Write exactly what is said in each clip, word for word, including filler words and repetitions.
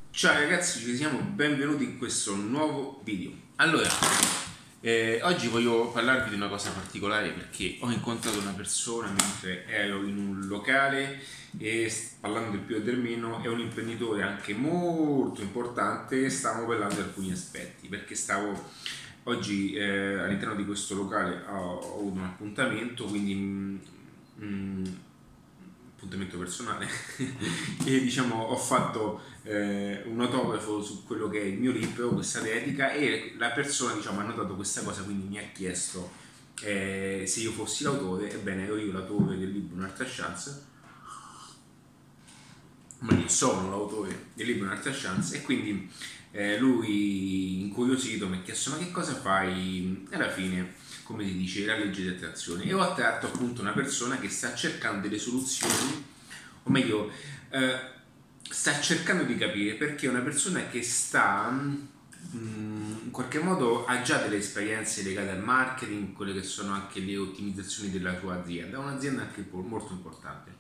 Ciao ragazzi, ci siamo, benvenuti in questo nuovo video. Allora, eh, oggi voglio parlarvi di una cosa particolare perché ho incontrato una persona mentre ero in un locale e, parlando del più e del meno, è un imprenditore anche molto importante e stavamo parlando di alcuni aspetti perché stavo oggi eh, all'interno di questo locale ho, ho avuto un appuntamento, quindi mh, mh, appuntamento personale e diciamo ho fatto eh, un autografo su quello che è il mio libro, questa dedica, e la persona diciamo ha notato questa cosa, quindi mi ha chiesto eh, se io fossi l'autore. Ebbene, ero io l'autore del libro Un'altra chance, ma io sono l'autore del libro Un'altra chance, e quindi eh, lui, incuriosito, mi ha chiesto: ma che cosa fai? E alla fine, come si dice, la legge di attrazione. E ho attratto appunto una persona che sta cercando delle soluzioni, o meglio eh, sta cercando di capire, perché è una persona che sta mh, in qualche modo ha già delle esperienze legate al marketing, quelle che sono anche le ottimizzazioni della tua azienda, un'azienda anche molto importante.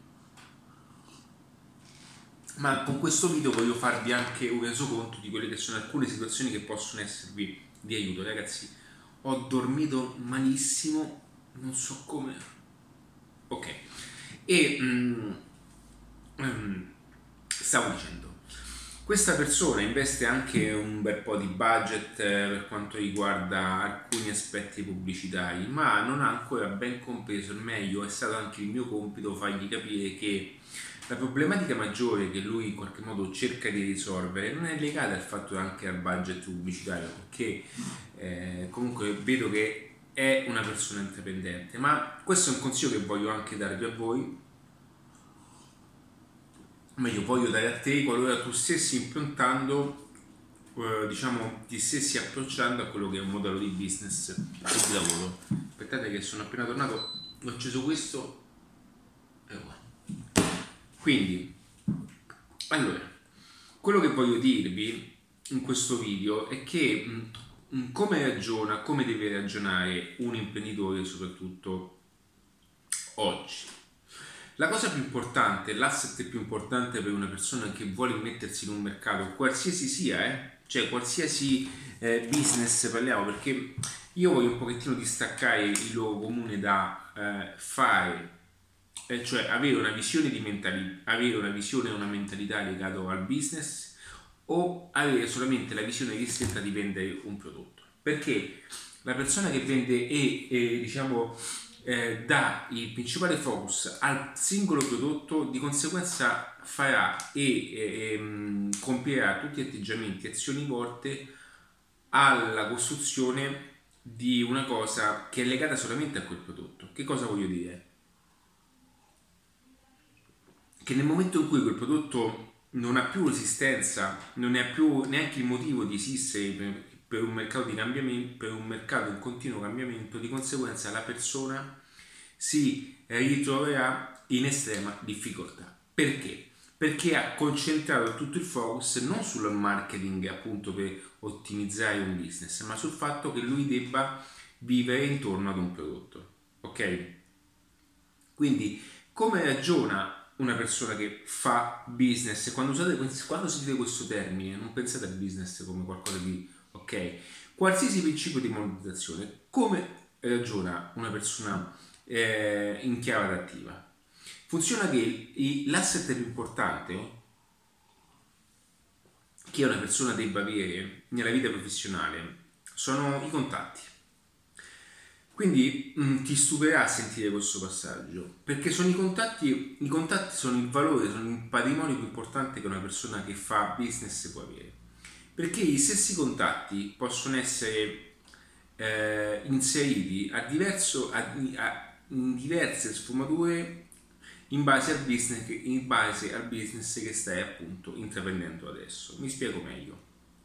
Ma con questo video voglio farvi anche un resoconto di quelle che sono alcune situazioni che possono esservi di aiuto. Ragazzi, ho dormito malissimo, non so come. Ok. E mm, mm, stavo dicendo, questa persona investe anche un bel po' di budget eh, per quanto riguarda alcuni aspetti pubblicitari, ma non ha ancora ben compreso, il meglio è stato anche il mio compito fargli capire che la problematica maggiore che lui in qualche modo cerca di risolvere non è legata al fatto anche al budget pubblicitario, perché eh, comunque vedo che è una persona indipendente, ma questo è un consiglio che voglio anche darvi a voi, meglio voglio dare a te, qualora tu stessi improntando, eh, diciamo ti stessi approcciando a quello che è un modello di business e di lavoro. Aspettate che sono appena tornato, ho acceso questo e qua. Quindi, allora, quello che voglio dirvi in questo video è che mh, come ragiona, come deve ragionare un imprenditore, soprattutto oggi. La cosa più importante, l'asset più importante per una persona che vuole mettersi in un mercato, qualsiasi sia, eh, cioè qualsiasi eh, business parliamo, perché io voglio un pochettino distaccare il luogo comune da eh, fare, eh, cioè avere una visione di mentalità, avere una visione e una mentalità legata al business, o avere solamente la visione ristretta di vendere un prodotto. Perché la persona che vende e, e diciamo eh, dà il principale focus al singolo prodotto, di conseguenza farà e, e, e compierà tutti atteggiamenti, azioni volte alla costruzione di una cosa che è legata solamente a quel prodotto. Che cosa voglio dire? Che nel momento in cui quel prodotto non ha più esistenza, non ha più neanche il motivo di esistere per, per un mercato di cambiamento, per un mercato in continuo cambiamento, di conseguenza la persona si ritroverà in estrema difficoltà. Perché? Perché ha concentrato tutto il focus non sul marketing appunto per ottimizzare un business, ma sul fatto che lui debba vivere intorno ad un prodotto. Ok? Quindi come ragiona una persona che fa business? Quando usate, quando sentite questo termine, non pensate al business come qualcosa di ok, qualsiasi principio di monetizzazione. Come ragiona una persona eh, in chiave adattiva? Funziona che l'asset più importante che una persona debba avere nella vita professionale sono i contatti. Quindi mh, ti stupirà sentire questo passaggio, perché sono i contatti, i contatti sono il valore, sono il patrimonio più importante che una persona che fa business può avere, perché gli stessi contatti possono essere eh, inseriti a diverso, a, a, in diverse sfumature in base al business, in base al business che stai appunto intraprendendo adesso. Mi spiego meglio.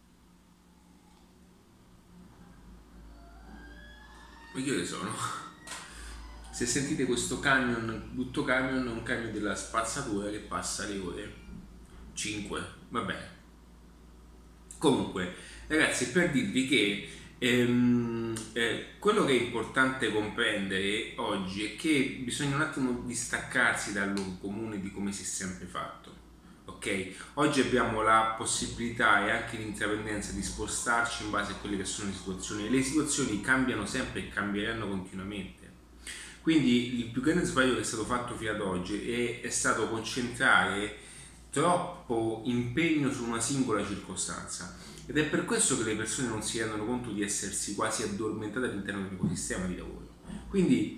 Ma io ne sono. Se sentite questo camion, brutto camion, è un camion della spazzatura che passa le ore cinque, va bene. Comunque, ragazzi, per dirvi che ehm, eh, quello che è importante comprendere oggi è che bisogna un attimo distaccarsi dal luogo comune di come si è sempre fatto. ok? Oggi abbiamo la possibilità e anche l'intraprendenza di spostarci in base a quelle che sono le situazioni. Le situazioni cambiano sempre e cambieranno continuamente. Quindi il più grande sbaglio che è stato fatto fino ad oggi è, è stato concentrare troppo impegno su una singola circostanza. Ed è per questo che le persone non si rendono conto di essersi quasi addormentate all'interno di un ecosistema di lavoro. Quindi,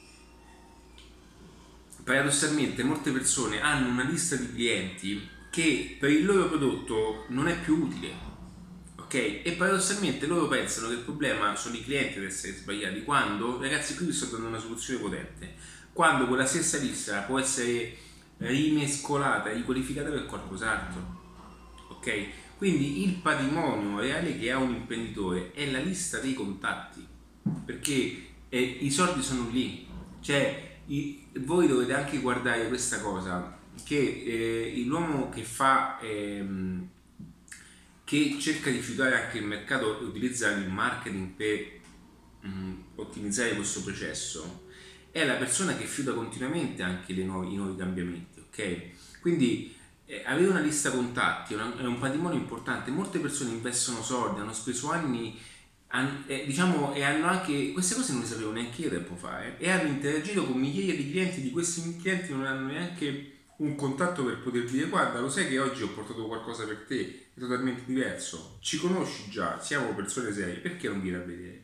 paradossalmente, molte persone hanno una lista di clienti che per il loro prodotto non è più utile, ok? E paradossalmente loro pensano che il problema sono i clienti ad essere sbagliati, quando, ragazzi, qui vi sto dando una soluzione potente, quando quella stessa lista può essere rimescolata, riqualificata per qualcos'altro, ok? Quindi il patrimonio reale che ha un imprenditore è la lista dei contatti, perché eh, i soldi sono lì, cioè i, voi dovete anche guardare questa cosa, che eh, l'uomo che fa ehm, che cerca di fiutare anche il mercato e utilizzare il marketing per mh, ottimizzare questo processo è la persona che fiuta continuamente anche le nuovi, i nuovi cambiamenti, ok? Quindi eh, avere una lista contatti è, una, è un patrimonio importante. Molte persone investono soldi, hanno speso anni han, eh, diciamo, e hanno anche queste cose non le sapevo neanche io tempo fa eh, e hanno interagito con migliaia di clienti. Di questi clienti non hanno neanche un contatto per poter dire guarda, lo sai che oggi ho portato qualcosa per te, è totalmente diverso, ci conosci già, siamo persone serie, perché non vieni a vedere?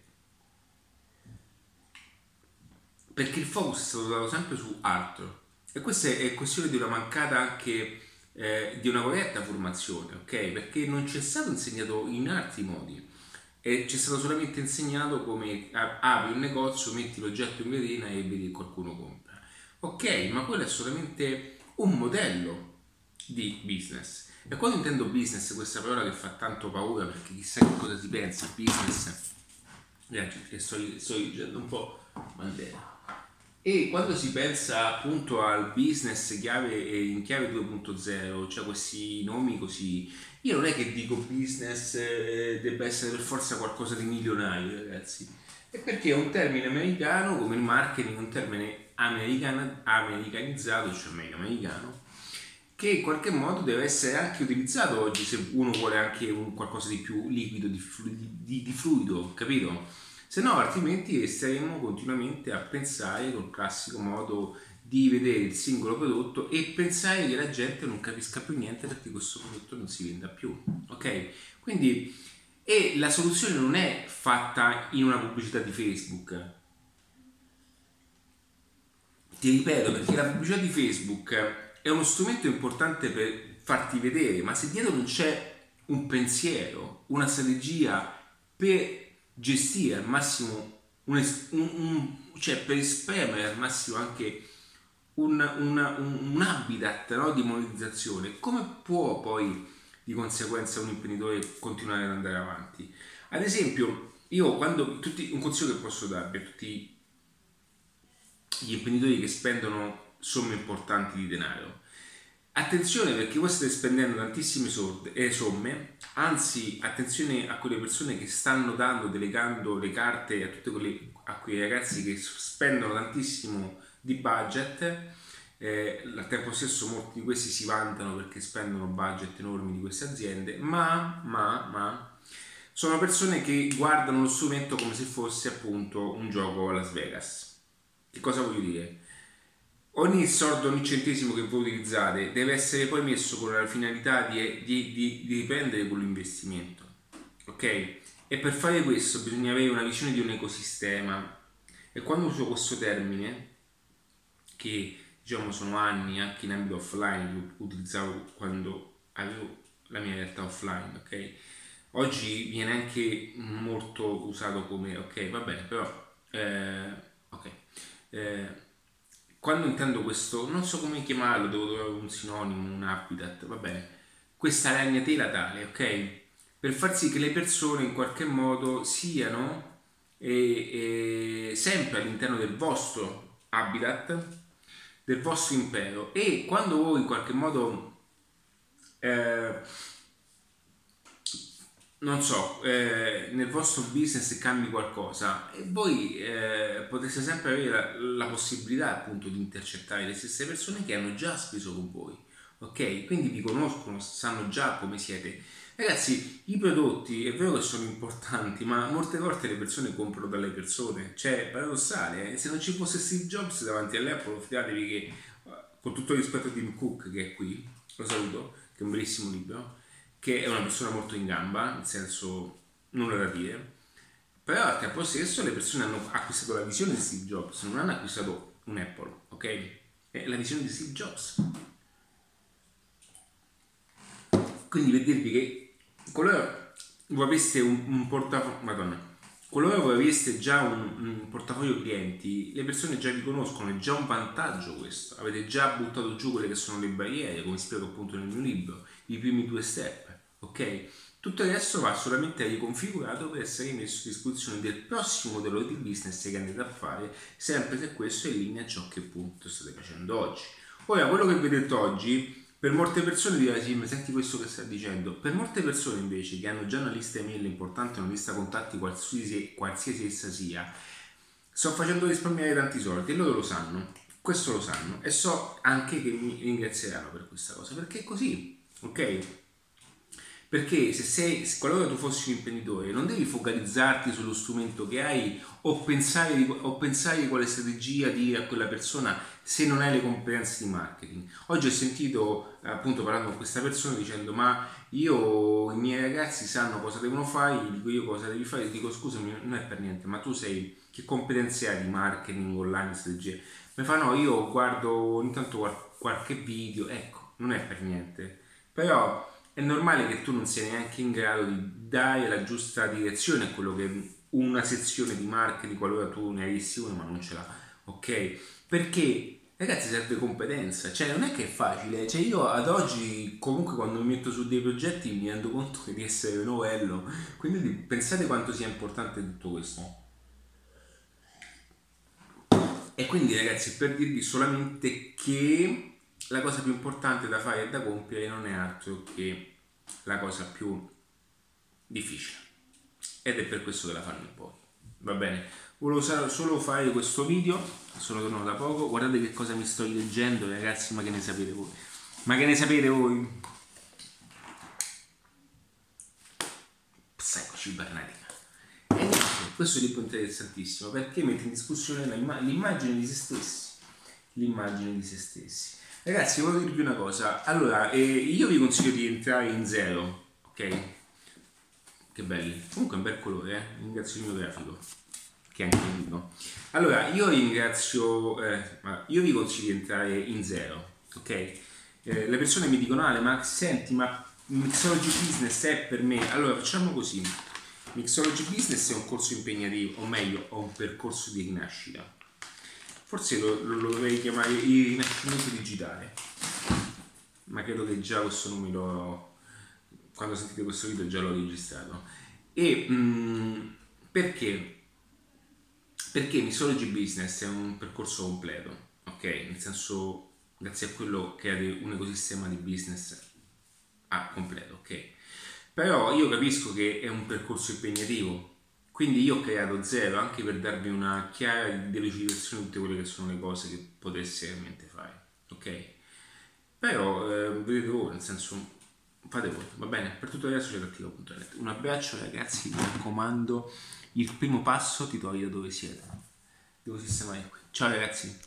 Perché il focus è stato dato sempre su altro, e questa è questione di una mancata anche eh, di una corretta formazione, ok? Perché non ci è stato insegnato in altri modi e ci è stato solamente insegnato come apri un negozio, metti l'oggetto in vetrina e vedi che qualcuno compra, ok? Ma quello è solamente un modello di business. E quando intendo business, questa parola che fa tanto paura perché chissà che cosa si pensa business, ragazzi, che sto, sto leggendo un po' Mandela. E quando si pensa appunto al business chiave in chiave due punto zero, cioè questi nomi così, io non è che dico business eh, debba essere per forza qualcosa di milionario, ragazzi, è perché è un termine americano, come il marketing, un termine americana, americanizzato, cioè meglio americano, che in qualche modo deve essere anche utilizzato oggi se uno vuole anche un qualcosa di più liquido, di, di, di fluido, capito? Se no altrimenti resteremo continuamente a pensare col classico modo di vedere il singolo prodotto e pensare che la gente non capisca più niente perché questo prodotto non si venda più, ok? Quindi, e la soluzione non è fatta in una pubblicità di Facebook, ti ripeto, perché la pubblicità di Facebook è uno strumento importante per farti vedere, ma se dietro non c'è un pensiero, una strategia per gestire al massimo un, un, un cioè per esprimere al massimo anche un, una, un, un habitat, no, di monetizzazione, come può poi di conseguenza un imprenditore continuare ad andare avanti? Ad esempio, io quando tutti, un consiglio che posso darvi a tutti gli imprenditori che spendono somme importanti di denaro: attenzione, perché voi state spendendo tantissime soldi, eh, somme, anzi attenzione a quelle persone che stanno dando, delegando le carte a tutti quelli, a quei ragazzi che spendono tantissimo di budget. Eh, al tempo stesso molti di questi si vantano perché spendono budget enormi di queste aziende, ma, ma, ma sono persone che guardano lo strumento come se fosse appunto un gioco a Las Vegas. Che cosa voglio dire? Ogni soldo, ogni centesimo che voi utilizzate deve essere poi messo con la finalità di, di, di, di riprendere quell'investimento, ok? E per fare questo bisogna avere una visione di un ecosistema. E quando uso questo termine, che diciamo sono anni anche in ambito offline che utilizzavo quando avevo la mia realtà offline, ok? Oggi viene anche molto usato come, ok, va bene, però eh, ok eh, quando intendo questo, non so come chiamarlo, devo trovare un sinonimo, un habitat, va bene, questa ragnatela tale, ok? Per far sì che le persone in qualche modo siano e, e sempre all'interno del vostro habitat, del vostro impero, e quando voi in qualche modo eh, non so, eh, nel vostro business cambi qualcosa e voi eh, potreste sempre avere la, la possibilità appunto di intercettare le stesse persone che hanno già speso con voi, ok? Quindi vi conoscono, sanno già come siete. Ragazzi, i prodotti è vero che sono importanti, ma molte volte le persone comprano dalle persone, cioè è paradossale, eh? Se non ci fosse Steve Jobs davanti all'Apple, fidatevi che, con tutto il rispetto a Tim Cook che è qui, lo saluto, che è un bellissimo libro, che è una persona molto in gamba, nel senso nulla da dire, però al tempo stesso le persone hanno acquistato la visione di Steve Jobs, non hanno acquistato un Apple, ok? È la visione di Steve Jobs. Quindi per dirvi che qualora voi aveste un, un portafoglio, madonna, qualora voi aveste già un, un portafoglio clienti, le persone già vi conoscono, è già un vantaggio questo. Avete già buttato giù quelle che sono le barriere, come spiego appunto nel mio libro, i primi due step, ok? Tutto il resto va solamente riconfigurato per essere messo a disposizione del prossimo modello di business che andate a fare, sempre se questo è in linea a ciò che appunto state facendo oggi. Ora, quello che vi ho detto oggi, per molte persone dirà sì, ma senti questo che sta dicendo. Per molte persone invece che hanno già una lista email importante, una lista contatti qualsiasi, qualsiasi essa sia, sto facendo risparmiare tanti soldi e loro lo sanno, questo lo sanno, e so anche che mi ringrazieranno per questa cosa, perché è così, ok? Perché se sei, se qualora tu fossi un imprenditore, non devi focalizzarti sullo strumento che hai o pensare di, o pensare di quale strategia dire a quella persona se non hai le competenze di marketing. Oggi ho sentito, appunto, parlando con questa persona dicendo: ma io, i miei ragazzi sanno cosa devono fare, gli dico io cosa devi fare, gli dico scusami, non è per niente, ma tu sei, che competenze hai di marketing online, strategie? Mi fa no, io guardo ogni tanto qualche video, ecco, non è per niente, però è normale che tu non sia neanche in grado di dare la giusta direzione a quello che è una sezione di marketing qualora tu ne avessi una ma non ce l'ha, ok? Perché ragazzi serve competenza, cioè non è che è facile, cioè io ad oggi comunque quando mi metto su dei progetti mi rendo conto che di essere novello, quindi pensate quanto sia importante tutto questo. E quindi ragazzi, per dirvi solamente che la cosa più importante da fare e da compiere non è altro che la cosa più difficile, ed è per questo che la fanno in pochi. Va bene, volevo solo fare questo video, sono tornato da poco, guardate che cosa mi sto leggendo ragazzi, ma che ne sapete voi? Ma che ne sapete voi? Psicocibernetica. E niente, questo libro è interessantissimo perché mette in discussione l'immagine di se stessi, l'immagine di se stessi. Ragazzi, voglio dirvi una cosa. Allora, eh, io vi consiglio di entrare in zero, ok? Che belli. Comunque è un bel colore, eh? Ringrazio il mio grafico, che è anche il mio. Allora, io ringrazio... Eh, io vi consiglio di entrare in zero, ok? Eh, le persone mi dicono, Ale, ma senti, ma Mixology Business è per me? Allora, facciamo così. Mixology Business è un corso impegnativo, o meglio, ho un percorso di rinascita. Forse lo, lo, lo dovrei chiamare il rinascimento digitale, ma credo che già questo numero, quando sentite questo video, già l'ho registrato. E mh, perché? Perché Mixology Business è un percorso completo, ok? Nel senso, grazie a quello create un ecosistema di business ah, completo, ok? Però io capisco che è un percorso impegnativo. Quindi io ho creato zero anche per darvi una chiara delucidazione di tutte quelle che sono le cose che potessi realmente fare, ok? Però eh, vedete voi, nel senso, fate voi, va bene? Per tutto il resto c'è cattivo punto net. Un abbraccio ragazzi, mi raccomando, il primo passo ti toglie da dove siete, devo sistemare qui. Ciao ragazzi!